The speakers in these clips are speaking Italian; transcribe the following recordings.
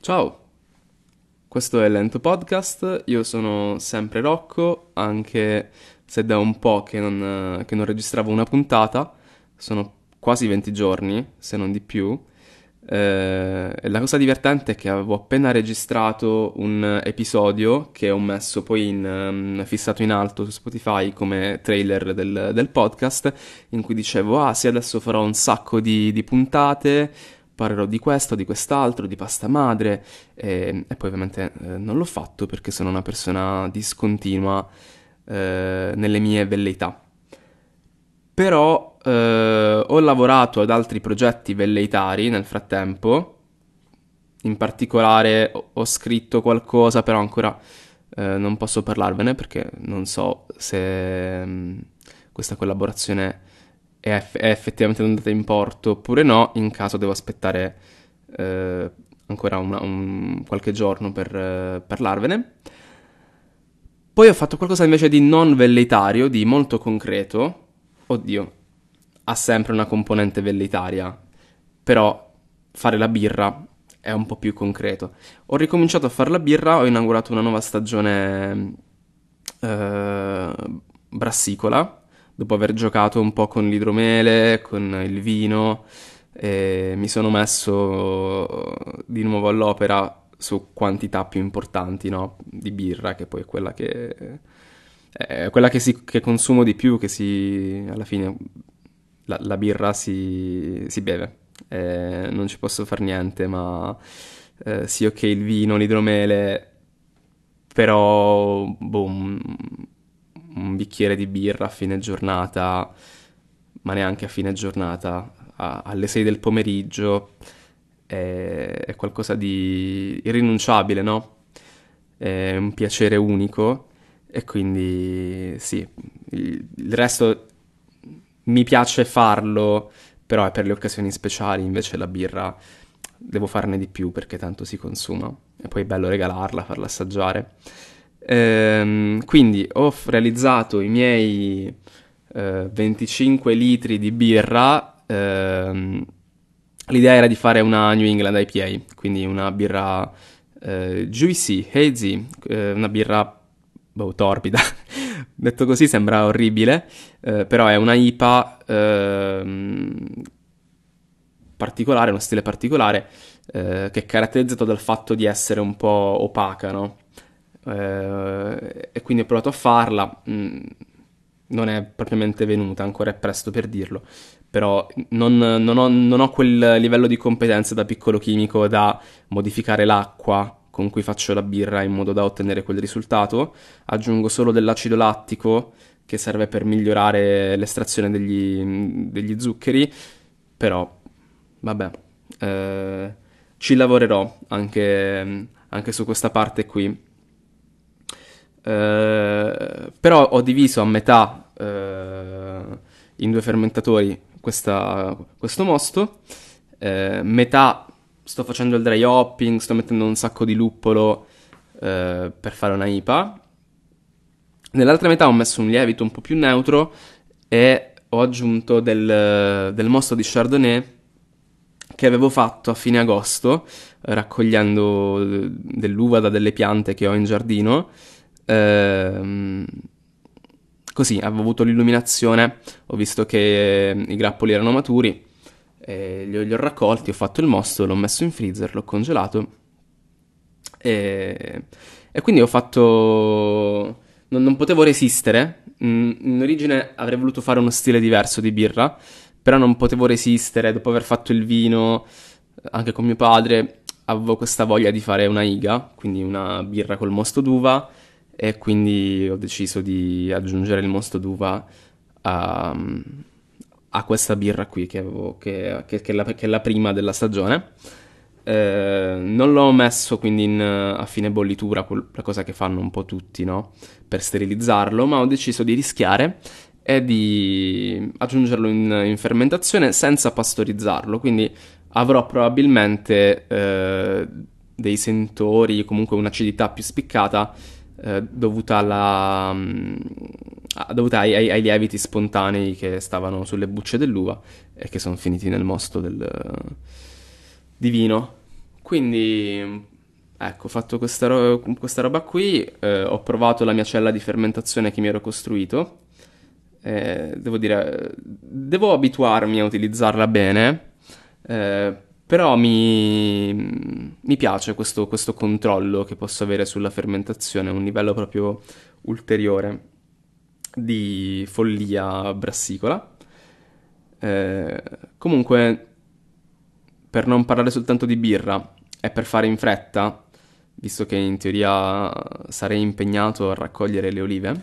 Ciao, questo è Lento Podcast, io sono sempre Rocco, anche se da un po' che non registravo una puntata, sono quasi 20 giorni, se non di più, e la cosa divertente è che avevo appena registrato un episodio che ho messo poi fissato in alto su Spotify come trailer del podcast, in cui dicevo, ah sì, adesso farò un sacco di puntate, parlerò di questo, di quest'altro, di pasta madre, e poi ovviamente non l'ho fatto perché sono una persona discontinua nelle mie velleità. Però ho lavorato ad altri progetti velleitari nel frattempo, in particolare ho scritto qualcosa, però ancora non posso parlarvene perché non so se questa collaborazione è effettivamente andata in porto oppure no, in caso devo aspettare eh, ancora qualche giorno per parlarvene. Poi ho fatto qualcosa invece di non velleitario, di molto concreto. Oddio, ha sempre una componente velleitaria, però fare la birra è un po' più concreto. Ho ricominciato a fare la birra, ho inaugurato una nuova stagione eh, brassicola, dopo aver giocato un po' con l'idromele, con il vino, e mi sono messo di nuovo all'opera su quantità più importanti, no? Di birra, che poi è quella che consumo di più, alla fine la birra si beve. Non ci posso fare niente, ma sì, ok, il vino, l'idromele, però boh, un bicchiere di birra a fine giornata, ma neanche a fine giornata, alle 6 del pomeriggio, è qualcosa di irrinunciabile, no? È un piacere unico e quindi sì, il resto mi piace farlo, però è per le occasioni speciali, invece la birra devo farne di più perché tanto si consuma e poi è bello regalarla, farla assaggiare. Quindi realizzato i miei 25 litri di birra. L'idea era di fare una New England IPA, quindi una birra juicy, hazy, una birra boh, torbida. Detto così sembra orribile, però è una IPA particolare, uno stile particolare, che è caratterizzato dal fatto di essere un po' opaca, no? E quindi ho provato a farla, non è propriamente venuta, ancora è presto per dirlo, però non ho quel livello di competenza da piccolo chimico da modificare l'acqua con cui faccio la birra in modo da ottenere quel risultato. Aggiungo solo dell'acido lattico che serve per migliorare l'estrazione degli zuccheri, però vabbè, ci lavorerò anche su questa parte qui. Però ho diviso a metà in due fermentatori questo mosto. Metà sto facendo il dry hopping, sto mettendo un sacco di luppolo per fare una IPA. Nell'altra metà ho messo un lievito un po' più neutro e ho aggiunto del mosto di Chardonnay che avevo fatto a fine agosto, raccogliendo dell'uva da delle piante che ho in giardino. Ehm, Così avevo avuto l'illuminazione, ho visto che i grappoli erano maturi, li ho raccolti, ho fatto il mosto, l'ho messo in freezer, l'ho congelato e quindi ho fatto. Non potevo resistere. In origine avrei voluto fare uno stile diverso di birra, però non potevo resistere. Dopo aver fatto il vino, anche con mio padre, avevo questa voglia di fare una iga, quindi una birra col mosto d'uva, e quindi ho deciso di aggiungere il mosto d'uva a, a questa birra qui che è la prima della stagione. Non l'ho messo quindi a fine bollitura, la cosa che fanno un po' tutti, no? Per sterilizzarlo, ma ho deciso di rischiare e di aggiungerlo in fermentazione senza pastorizzarlo, quindi avrò probabilmente dei sentori, comunque un'acidità più spiccata dovuta ai lieviti spontanei che stavano sulle bucce dell'uva e che sono finiti nel mosto di vino. Quindi Ecco, ho fatto questa roba qui, ho provato la mia cella di fermentazione che mi ero costruito. Devo dire, devo abituarmi a utilizzarla bene, però mi piace questo controllo che posso avere sulla fermentazione, a un livello proprio ulteriore di follia brassicola. Eh, Comunque, per non parlare soltanto di birra e per fare in fretta, visto che in teoria sarei impegnato a raccogliere le olive,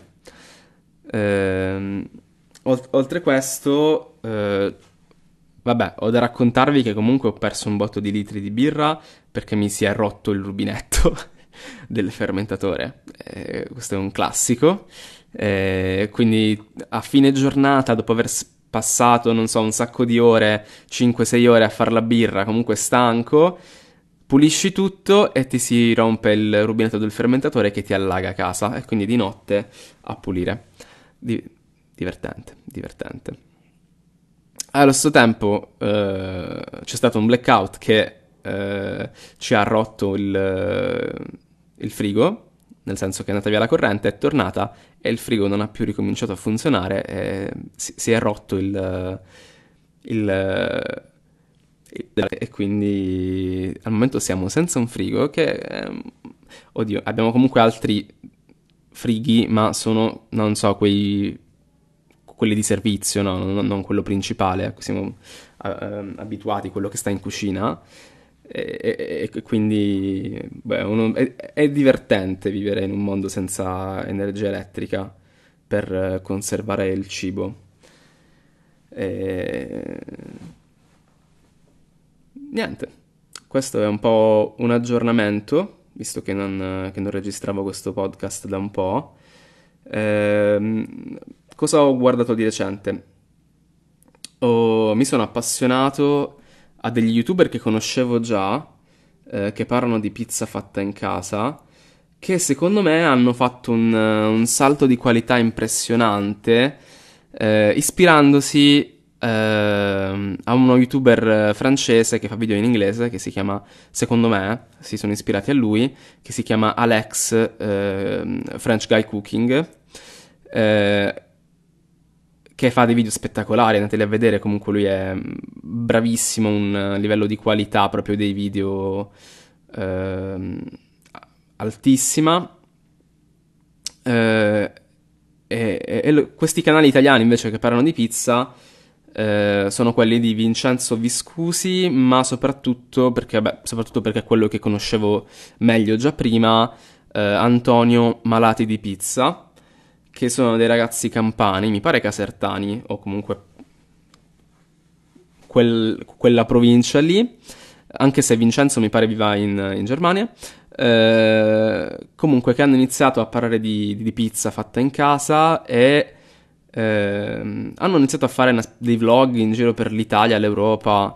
ehm, oltre questo, vabbè, ho da raccontarvi che comunque ho perso un botto di litri di birra perché mi si è rotto il rubinetto del fermentatore. Questo è un classico. Quindi a fine giornata, dopo aver passato, non so, un sacco di ore, 5-6 ore a fare la birra, comunque stanco, pulisci tutto e ti si rompe il rubinetto del fermentatore che ti allaga casa e quindi di notte a pulire. Di- divertente, divertente. Allo stesso tempo c'è stato un blackout che ci ha rotto il frigo, nel senso che è andata via la corrente, è tornata e il frigo non ha più ricominciato a funzionare e si è rotto il- e quindi al momento siamo senza un frigo che, oddio, abbiamo comunque altri frighi, ma sono, non so, quelli di servizio, no? Non quello principale, ecco, siamo abituati a quello che sta in cucina e quindi beh, è divertente vivere in un mondo senza energia elettrica per conservare il cibo. E... Niente, questo è un po' un aggiornamento, visto che non registravo questo podcast da un po'. Ehm, Cosa ho guardato di recente? Mi sono appassionato a degli YouTuber che conoscevo già, che parlano di pizza fatta in casa, che secondo me hanno fatto un salto di qualità impressionante, ispirandosi a uno YouTuber francese che fa video in inglese, che si chiama, secondo me, si sono ispirati a lui, che si chiama Alex French Guy Cooking, eh, che fa dei video spettacolari, andateli a vedere, comunque lui è bravissimo, un livello di qualità proprio dei video ehm, altissima. Eh, Questi canali italiani invece che parlano di pizza sono quelli di Vincenzo Viscusi, ma soprattutto perché è quello che conoscevo meglio già prima, Antonio Malati di Pizza, che sono dei ragazzi campani, mi pare casertani, o comunque quella provincia lì, anche se Vincenzo mi pare viva in Germania. Comunque che hanno iniziato a parlare di pizza fatta in casa e hanno iniziato a fare dei vlog in giro per l'Italia, l'Europa,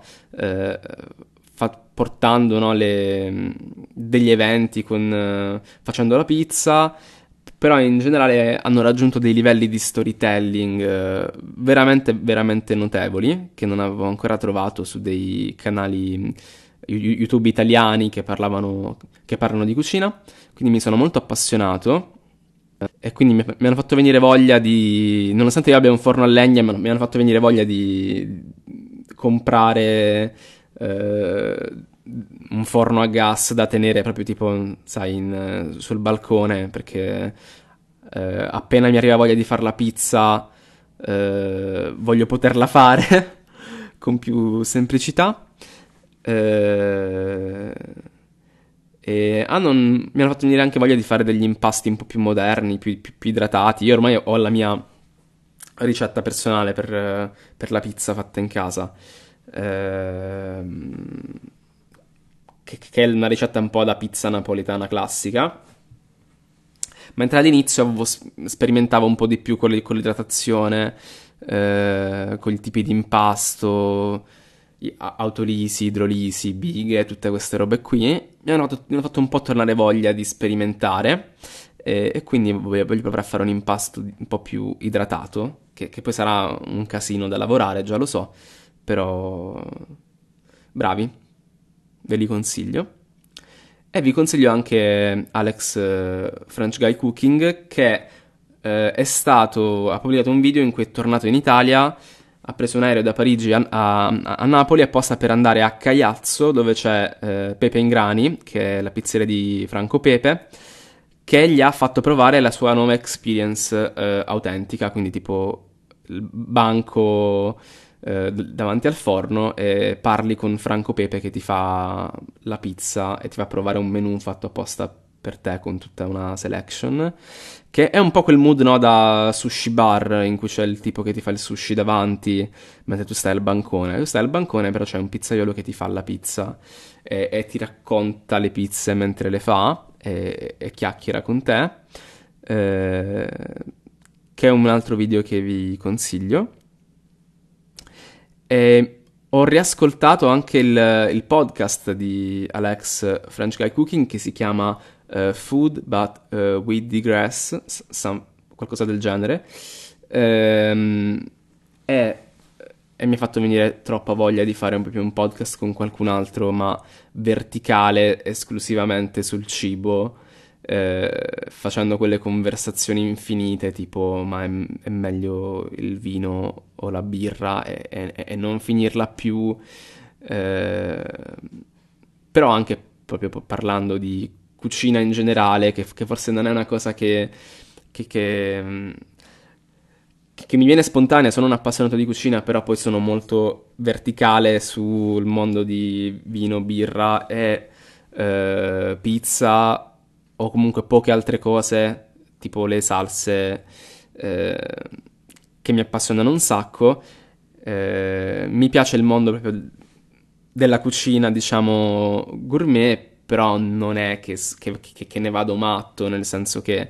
portando, no, degli eventi facendo la pizza, però in generale hanno raggiunto dei livelli di storytelling veramente, veramente notevoli, che non avevo ancora trovato su dei canali YouTube italiani che parlano di cucina. Quindi mi sono molto appassionato e quindi mi hanno fatto venire voglia di, nonostante io abbia un forno a legna, mi hanno fatto venire voglia di comprare un forno a gas da tenere proprio tipo, sai, sul balcone, perché appena mi arriva voglia di fare la pizza, voglio poterla fare con più semplicità. Eh, mi hanno fatto venire anche voglia di fare degli impasti un po' più moderni, più idratati. Io ormai ho la mia ricetta personale per la pizza fatta in casa. Ehm, che è una ricetta un po' da pizza napoletana classica. Mentre all'inizio sperimentavo un po' di più con l'idratazione, con i tipi di impasto, autolisi, idrolisi, bighe, tutte queste robe qui. Mi hanno fatto un po' tornare voglia di sperimentare e quindi voglio provare a fare un impasto un po' più idratato, che poi sarà un casino da lavorare, già lo so, però bravi, ve li consiglio. E vi consiglio anche Alex French Guy Cooking, che ha pubblicato un video in cui è tornato in Italia, ha preso un aereo da Parigi a Napoli apposta per andare a Caiazzo, dove c'è Pepe in Grani, che è la pizzeria di Franco Pepe, che gli ha fatto provare la sua nuova experience autentica, quindi tipo il banco davanti al forno e parli con Franco Pepe che ti fa la pizza e ti fa provare un menù fatto apposta per te con tutta una selection, che è un po' quel mood, no, da sushi bar in cui c'è il tipo che ti fa il sushi davanti mentre tu stai al bancone. Tu stai al bancone, però c'è un pizzaiolo che ti fa la pizza e ti racconta le pizze mentre le fa e chiacchiera con te, eh, che è un altro video che vi consiglio. E ho riascoltato anche il podcast di Alex French Guy Cooking che si chiama Food But We Digress, qualcosa del genere. Ehm, e, e mi ha fatto venire troppa voglia di fare proprio un podcast con qualcun altro, ma verticale, esclusivamente sul cibo, facendo quelle conversazioni infinite, tipo è meglio il vino o la birra e non finirla più, eh, però anche proprio parlando di cucina in generale, che forse non è una cosa che, che, mm, che mi viene spontanea. Sono un appassionato di cucina, però poi sono molto verticale sul mondo di vino, birra e pizza o comunque poche altre cose, tipo le salse, eh, che mi appassionano un sacco. Mi piace il mondo proprio della cucina, diciamo, gourmet, però non è che ne vado matto, nel senso che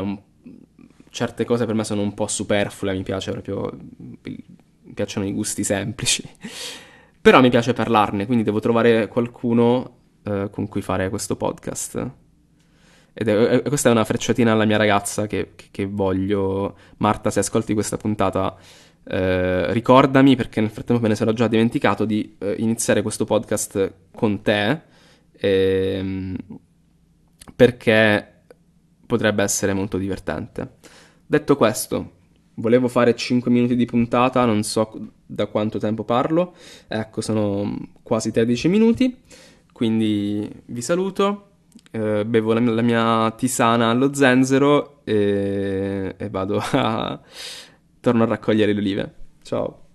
certe cose per me sono un po' superflue, mi piace proprio, mi piacciono i gusti semplici. Però mi piace parlarne, quindi devo trovare qualcuno con cui fare questo podcast. Questa è una frecciatina alla mia ragazza che voglio. Marta, se ascolti questa puntata, ricordami, perché nel frattempo me ne sarò già dimenticato, di iniziare questo podcast con te, ehm, perché potrebbe essere molto divertente. Detto questo, volevo fare 5 minuti di puntata, non so da quanto tempo parlo, ecco, sono quasi 13 minuti, quindi vi saluto, bevo la mia tisana allo zenzero e vado a... torno a raccogliere le olive. Ciao.